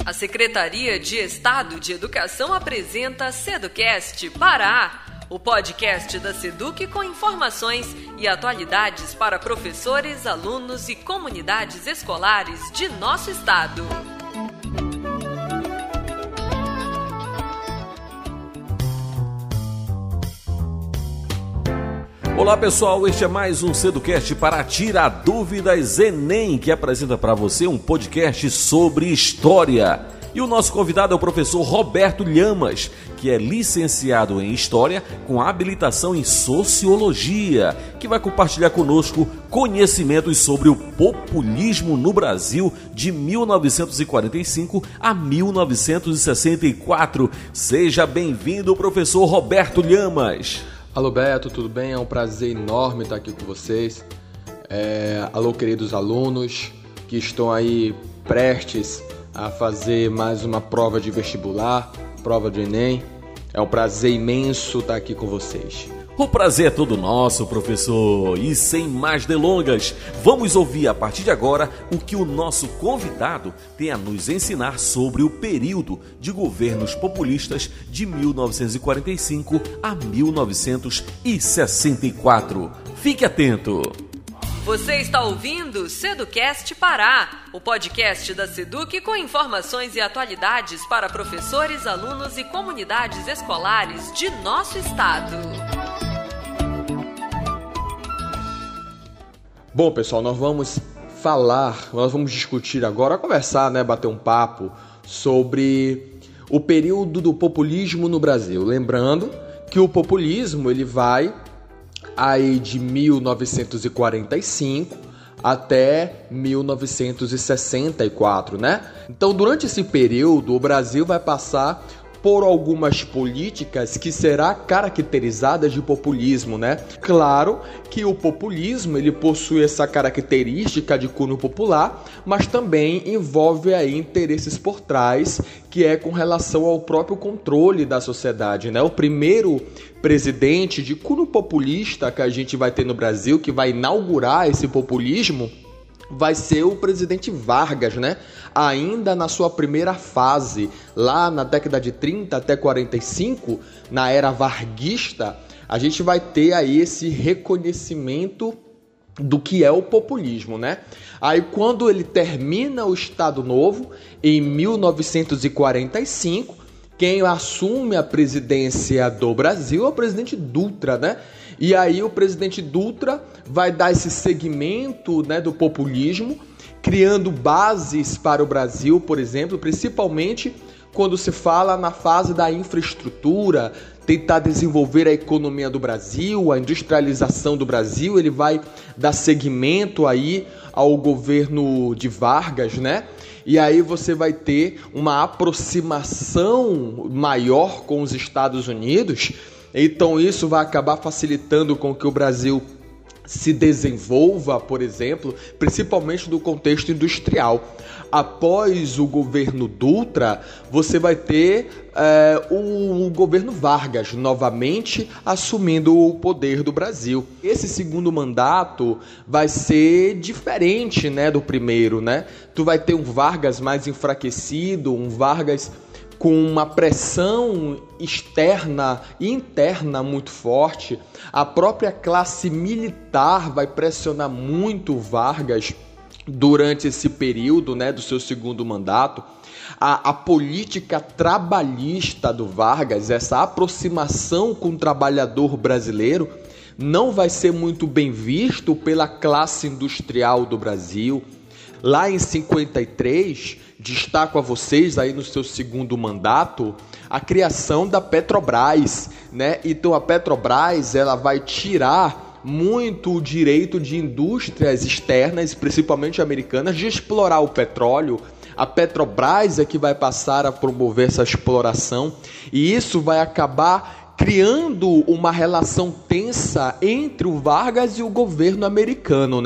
A Secretaria de Estado de Educação apresenta Seducast Pará, o podcast da Seduc com informações e atualidades para professores, alunos e comunidades escolares de nosso estado. Olá pessoal, este é mais um Seducast para tirar dúvidas Enem, que apresenta para você um podcast sobre história. E o nosso convidado é o professor Roberto Lhamas, que é licenciado em História com habilitação em Sociologia, que vai compartilhar conosco conhecimentos sobre o populismo no Brasil de 1945 a 1964. Seja bem-vindo, professor Roberto Lhamas. Alô Beto, tudo bem? É um prazer enorme estar aqui com vocês. Alô queridos alunos que estão aí prestes a fazer mais uma prova de vestibular, prova de Enem. É um prazer imenso estar aqui com vocês. O prazer é todo nosso, professor. E sem mais delongas, vamos ouvir a partir de agora o que o nosso convidado tem a nos ensinar sobre o período de governos populistas de 1945 a 1964. Fique atento! Você está ouvindo Seducast Pará, o podcast da Seduc com informações e atualidades para professores, alunos e comunidades escolares de nosso estado. Bom, pessoal, nós vamos discutir agora, conversar, bater um papo sobre o período do populismo no Brasil. Lembrando que o populismo ele vai aí de 1945 até 1964, Então, durante esse período, o Brasil vai passar por algumas políticas que será caracterizadas de populismo, Claro que o populismo ele possui essa característica de cunho popular, mas também envolve aí interesses por trás, que é com relação ao próprio controle da sociedade, O primeiro presidente de cunho populista que a gente vai ter no Brasil, que vai inaugurar esse populismo, vai ser o presidente Vargas, Ainda na sua primeira fase, lá na década de 30 até 45, na era varguista, a gente vai ter aí esse reconhecimento do que é o populismo, Aí quando ele termina o Estado Novo, em 1945, quem assume a presidência do Brasil é o presidente Dutra, E aí o presidente Dutra vai dar esse segmento, do populismo, criando bases para o Brasil, por exemplo, principalmente quando se fala na fase da infraestrutura, tentar desenvolver a economia do Brasil, a industrialização do Brasil. Ele vai dar seguimento aí ao governo de Vargas, E aí você vai ter uma aproximação maior com os Estados Unidos. Então isso vai acabar facilitando com que o Brasil se desenvolva, por exemplo, principalmente no contexto industrial. Após o governo Dutra, você vai ter o governo Vargas novamente assumindo o poder do Brasil. Esse segundo mandato vai ser diferente, do primeiro, Tu vai ter um Vargas mais enfraquecido, um Vargas com uma pressão externa e interna muito forte. A própria classe militar vai pressionar muito Vargas durante esse período, do seu segundo mandato. A política trabalhista do Vargas, essa aproximação com o trabalhador brasileiro, não vai ser muito bem visto pela classe industrial do Brasil. Lá em 53, destaco a vocês aí no seu segundo mandato, a criação da Petrobras, Então a Petrobras, ela vai tirar muito o direito de indústrias externas, principalmente americanas, de explorar o petróleo. A Petrobras é que vai passar a promover essa exploração, e isso vai acabar criando uma relação tensa entre o Vargas e o governo americano,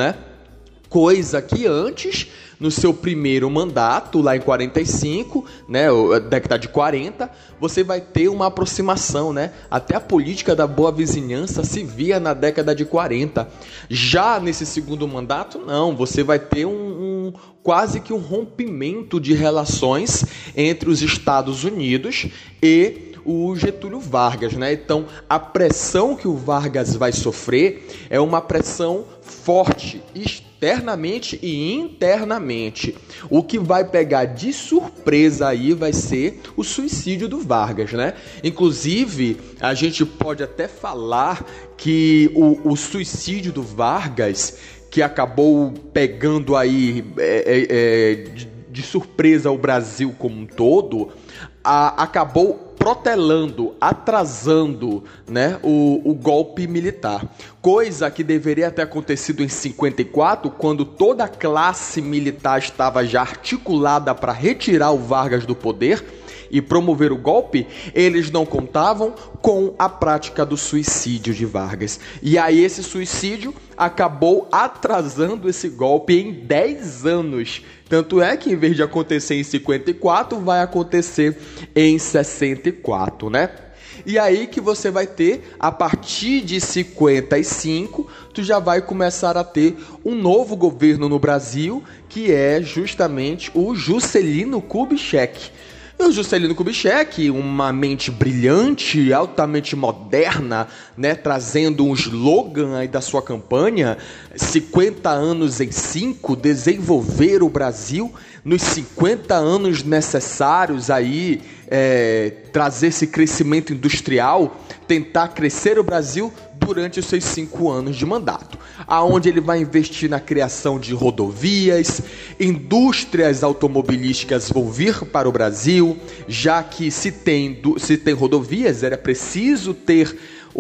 Coisa que antes, no seu primeiro mandato, lá em 45, década de 40, você vai ter uma aproximação, Até a política da boa vizinhança se via na década de 40. Já nesse segundo mandato, não, você vai ter um quase que um rompimento de relações entre os Estados Unidos e o Getúlio Vargas, né? Então, a pressão que o Vargas vai sofrer é uma pressão forte, externamente e internamente. O que vai pegar de surpresa aí vai ser o suicídio do Vargas, né? Inclusive, a gente pode até falar que o suicídio do Vargas, que acabou pegando aí de surpresa o Brasil como um todo, acabou protelando, atrasando, né, o golpe militar. Coisa que deveria ter acontecido em 54, quando toda a classe militar estava já articulada para retirar o Vargas do poder e promover o golpe. Eles não contavam com a prática do suicídio de Vargas. E aí esse suicídio acabou atrasando esse golpe em 10 anos. Tanto é que, em vez de acontecer em 54, vai acontecer em 64, né? E aí que você vai ter, a partir de 55, tu já vai começar a ter um novo governo no Brasil, que é justamente o Juscelino Kubitschek. O Juscelino Kubitschek, uma mente brilhante, altamente moderna, né, trazendo um slogan aí da sua campanha, 50 anos em 5, desenvolver o Brasil nos 50 anos necessários aí, trazer esse crescimento industrial, tentar crescer o Brasil durante os seus 5 anos de mandato, aonde ele vai investir na criação de rodovias, indústrias automobilísticas vão vir para o Brasil, já que se tem rodovias, era preciso ter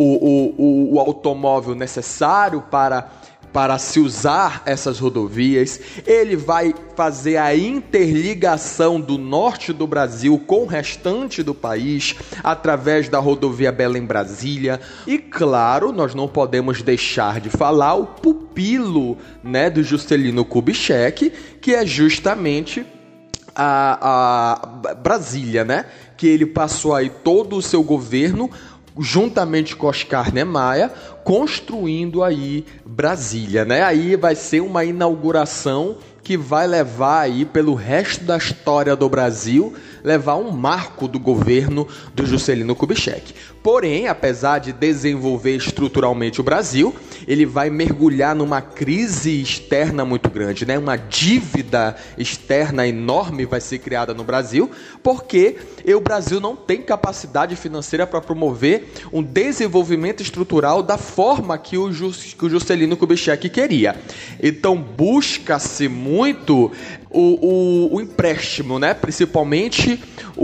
o automóvel necessário para se usar essas rodovias. Ele vai fazer a interligação do norte do Brasil com o restante do país através da rodovia Belém-Brasília. E claro, nós não podemos deixar de falar o pupilo, né, do Juscelino Kubitschek, que é justamente a Brasília, né? Que ele passou aí todo o seu governo juntamente com Oscar Niemeyer, construindo aí Brasília, né? Aí vai ser uma inauguração que vai levar aí pelo resto da história do Brasil, levar um marco do governo do Juscelino Kubitschek. Porém, apesar de desenvolver estruturalmente o Brasil, ele vai mergulhar numa crise externa muito grande, né? Uma dívida externa enorme vai ser criada no Brasil, porque o Brasil não tem capacidade financeira para promover um desenvolvimento estrutural da forma que o Juscelino Kubitschek queria. Então, busca-se muito o empréstimo, né? Principalmente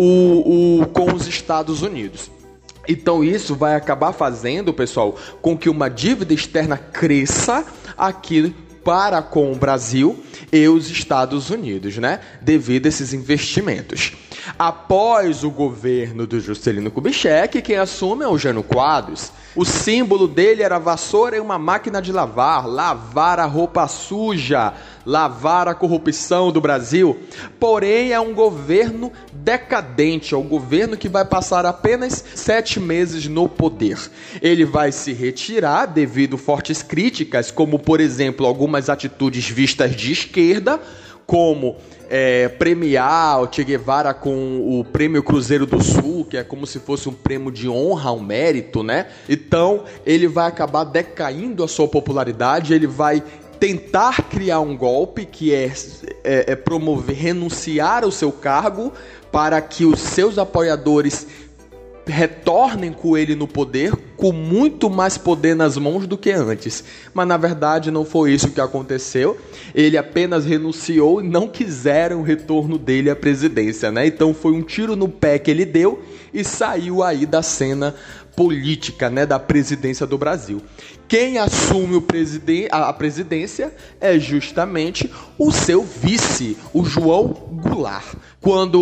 com os Estados Unidos. Então isso vai acabar fazendo, pessoal, com que uma dívida externa cresça aqui para com o Brasil e os Estados Unidos, né? Devido a esses investimentos. Após o governo do Juscelino Kubitschek, quem assume é o Jânio Quadros. O símbolo dele era a vassoura e uma máquina de lavar a roupa suja, lavar a corrupção do Brasil. Porém, é um governo decadente, é um governo que vai passar apenas 7 meses no poder. Ele vai se retirar devido a fortes críticas, como, por exemplo, algumas atitudes vistas de esquerda, como premiar o Che Guevara com o Prêmio Cruzeiro do Sul, que é como se fosse um prêmio de honra, um mérito, né? Então, ele vai acabar decaindo a sua popularidade, ele vai tentar criar um golpe, que é promover, renunciar ao seu cargo para que os seus apoiadores retornem com ele no poder, com muito mais poder nas mãos do que antes. Mas na verdade não foi isso que aconteceu. Ele apenas renunciou e não quiseram o retorno dele à presidência, né? Então foi um tiro no pé que ele deu e saiu aí da cena política, né, da presidência do Brasil. Quem assume a presidência é justamente o seu vice, o João Goulart. Quando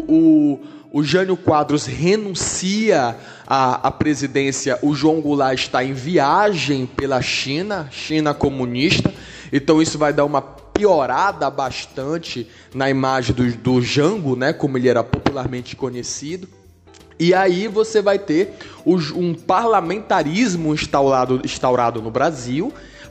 o Jânio Quadros renuncia à presidência, o João Goulart está em viagem pela China comunista, então isso vai dar uma piorada bastante na imagem do Jango, né, como ele era popularmente conhecido. E aí você vai ter um parlamentarismo instaurado no Brasil,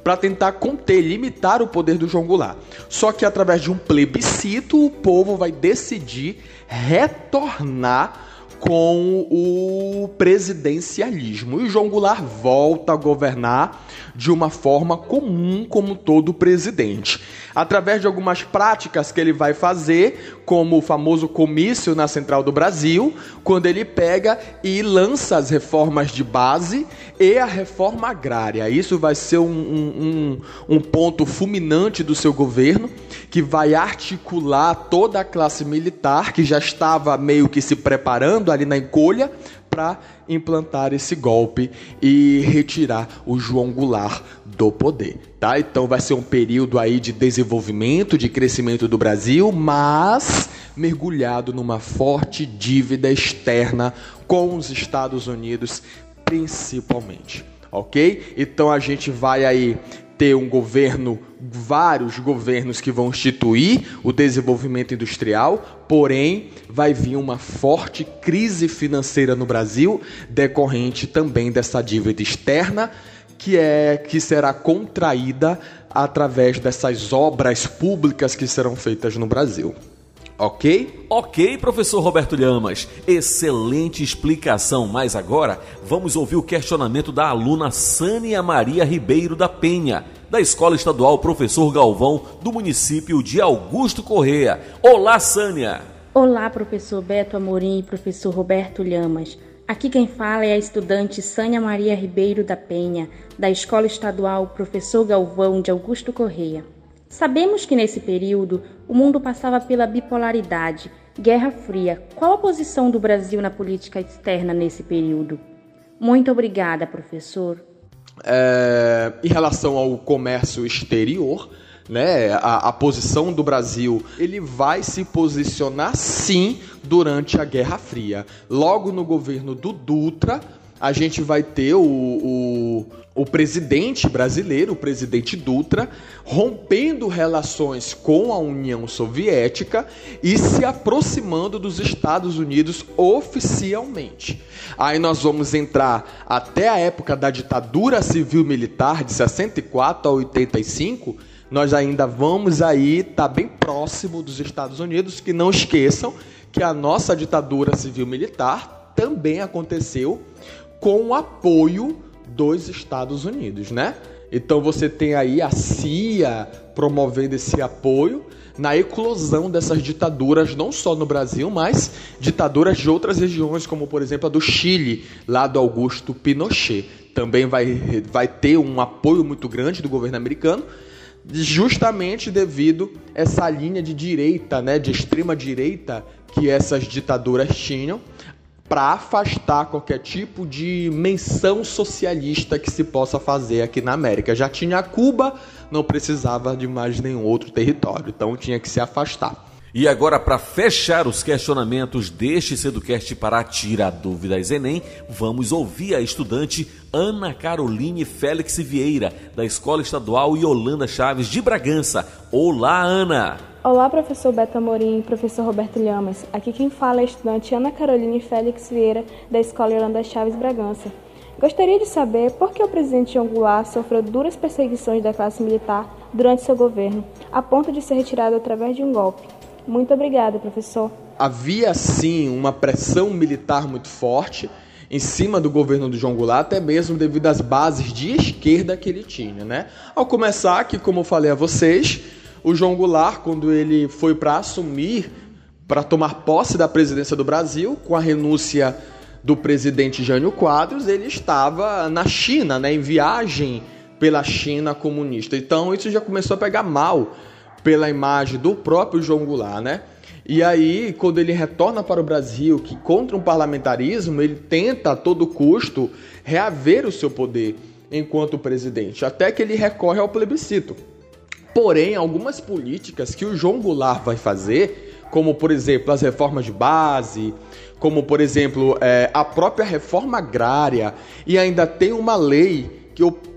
para tentar conter, limitar o poder do João Goulart. Só que através de um plebiscito, o povo vai decidir retornar com o presidencialismo. E o João Goulart volta a governar de uma forma comum, como todo presidente. Através de algumas práticas que ele vai fazer, como o famoso comício na Central do Brasil, quando ele pega e lança as reformas de base e a reforma agrária. Isso vai ser um ponto fulminante do seu governo, que vai articular toda a classe militar, que já estava meio que se preparando ali na encolha, para implantar esse golpe e retirar o João Goulart do poder, tá? Então vai ser um período aí de desenvolvimento, de crescimento do Brasil, mas mergulhado numa forte dívida externa com os Estados Unidos, principalmente, ok? Então a gente vai aí ter um governo, vários governos que vão instituir o desenvolvimento industrial, porém vai vir uma forte crise financeira no Brasil, decorrente também dessa dívida externa, que será contraída através dessas obras públicas que serão feitas no Brasil. Ok? Ok, professor Roberto Llamas. Excelente explicação. Mas agora vamos ouvir o questionamento da aluna Sânia Maria Ribeiro da Penha, da Escola Estadual Professor Galvão, do município de Augusto Corrêa. Olá, Sânia! Olá, professor Beto Amorim e professor Roberto Llamas. Aqui quem fala é a estudante Sânia Maria Ribeiro da Penha, da Escola Estadual Professor Galvão, de Augusto Corrêa. Sabemos que nesse período o mundo passava pela bipolaridade, Guerra Fria. Qual a posição do Brasil na política externa nesse período? Muito obrigada, professor. Em relação ao comércio exterior, né, a posição do Brasil, ele vai se posicionar sim durante a Guerra Fria. Logo no governo do Dutra, a gente vai ter o presidente brasileiro, o presidente Dutra, rompendo relações com a União Soviética e se aproximando dos Estados Unidos oficialmente. Aí nós vamos entrar até a época da ditadura civil-militar, de 64 a 85, nós ainda vamos aí estar bem próximo dos Estados Unidos, que não esqueçam que a nossa ditadura civil-militar também aconteceu com o apoio dos Estados Unidos, né? Então você tem aí a CIA promovendo esse apoio na eclosão dessas ditaduras, não só no Brasil, mas ditaduras de outras regiões, como por exemplo a do Chile, lá do Augusto Pinochet. Também vai ter um apoio muito grande do governo americano, justamente devido a essa linha de direita, né, de extrema direita que essas ditaduras tinham, para afastar qualquer tipo de menção socialista que se possa fazer aqui na América. Já tinha Cuba, não precisava de mais nenhum outro território, então tinha que se afastar. E agora, para fechar os questionamentos deste Seducast para tirar dúvidas Enem, vamos ouvir a estudante Ana Caroline Félix Vieira, da Escola Estadual Yolanda Chaves de Bragança. Olá, Ana! Olá, professor Beto Amorim e professor Roberto Llamas. Aqui quem fala é a estudante Ana Caroline Félix Vieira, da Escola Yolanda Chaves Bragança. Gostaria de saber por que o presidente João Goulart sofreu duras perseguições da classe militar durante seu governo, a ponto de ser retirado através de um golpe. Muito obrigada, professor. Havia, sim, uma pressão militar muito forte em cima do governo do João Goulart, até mesmo devido às bases de esquerda que ele tinha, né? Ao começar, que como eu falei a vocês, o João Goulart, quando ele foi para assumir, para tomar posse da presidência do Brasil, com a renúncia do presidente Jânio Quadros, ele estava na China, né, em viagem pela China comunista. Então isso já começou a pegar mal pela imagem do próprio João Goulart, né? E aí, quando ele retorna para o Brasil, que contra um parlamentarismo, ele tenta a todo custo reaver o seu poder enquanto presidente, até que ele recorre ao plebiscito. Porém, algumas políticas que o João Goulart vai fazer, como, por exemplo, as reformas de base, como, por exemplo, a própria reforma agrária, e ainda tem uma lei que eu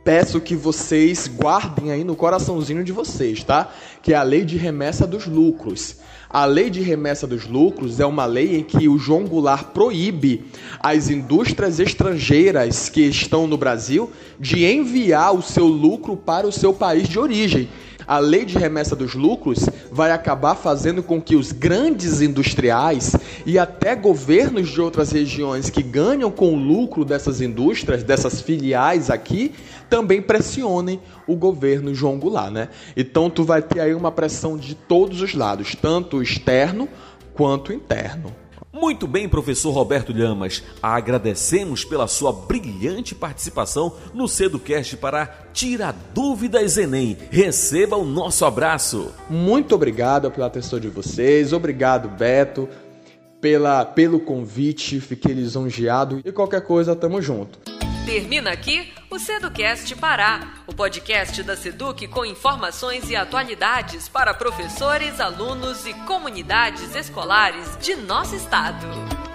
peço que vocês guardem aí no coraçãozinho de vocês, tá? Que é a Lei de Remessa dos Lucros. A Lei de Remessa dos Lucros é uma lei em que o João Goulart proíbe as indústrias estrangeiras que estão no Brasil de enviar o seu lucro para o seu país de origem. A Lei de Remessa dos Lucros vai acabar fazendo com que os grandes industriais e até governos de outras regiões que ganham com o lucro dessas indústrias, dessas filiais aqui, também pressionem o governo João Goulart, né? Então tu vai ter aí uma pressão de todos os lados, tanto externo quanto interno. Muito bem, professor Roberto Lhamas. Agradecemos pela sua brilhante participação no CEDUCast para Tira Dúvidas Enem. Receba o nosso abraço. Muito obrigado pela atenção de vocês. Obrigado, Beto, pelo convite. Fiquei lisonjeado. E qualquer coisa, tamo junto. Termina aqui o CEDUCast Pará, o podcast da SEDUC com informações e atualidades para professores, alunos e comunidades escolares de nosso estado.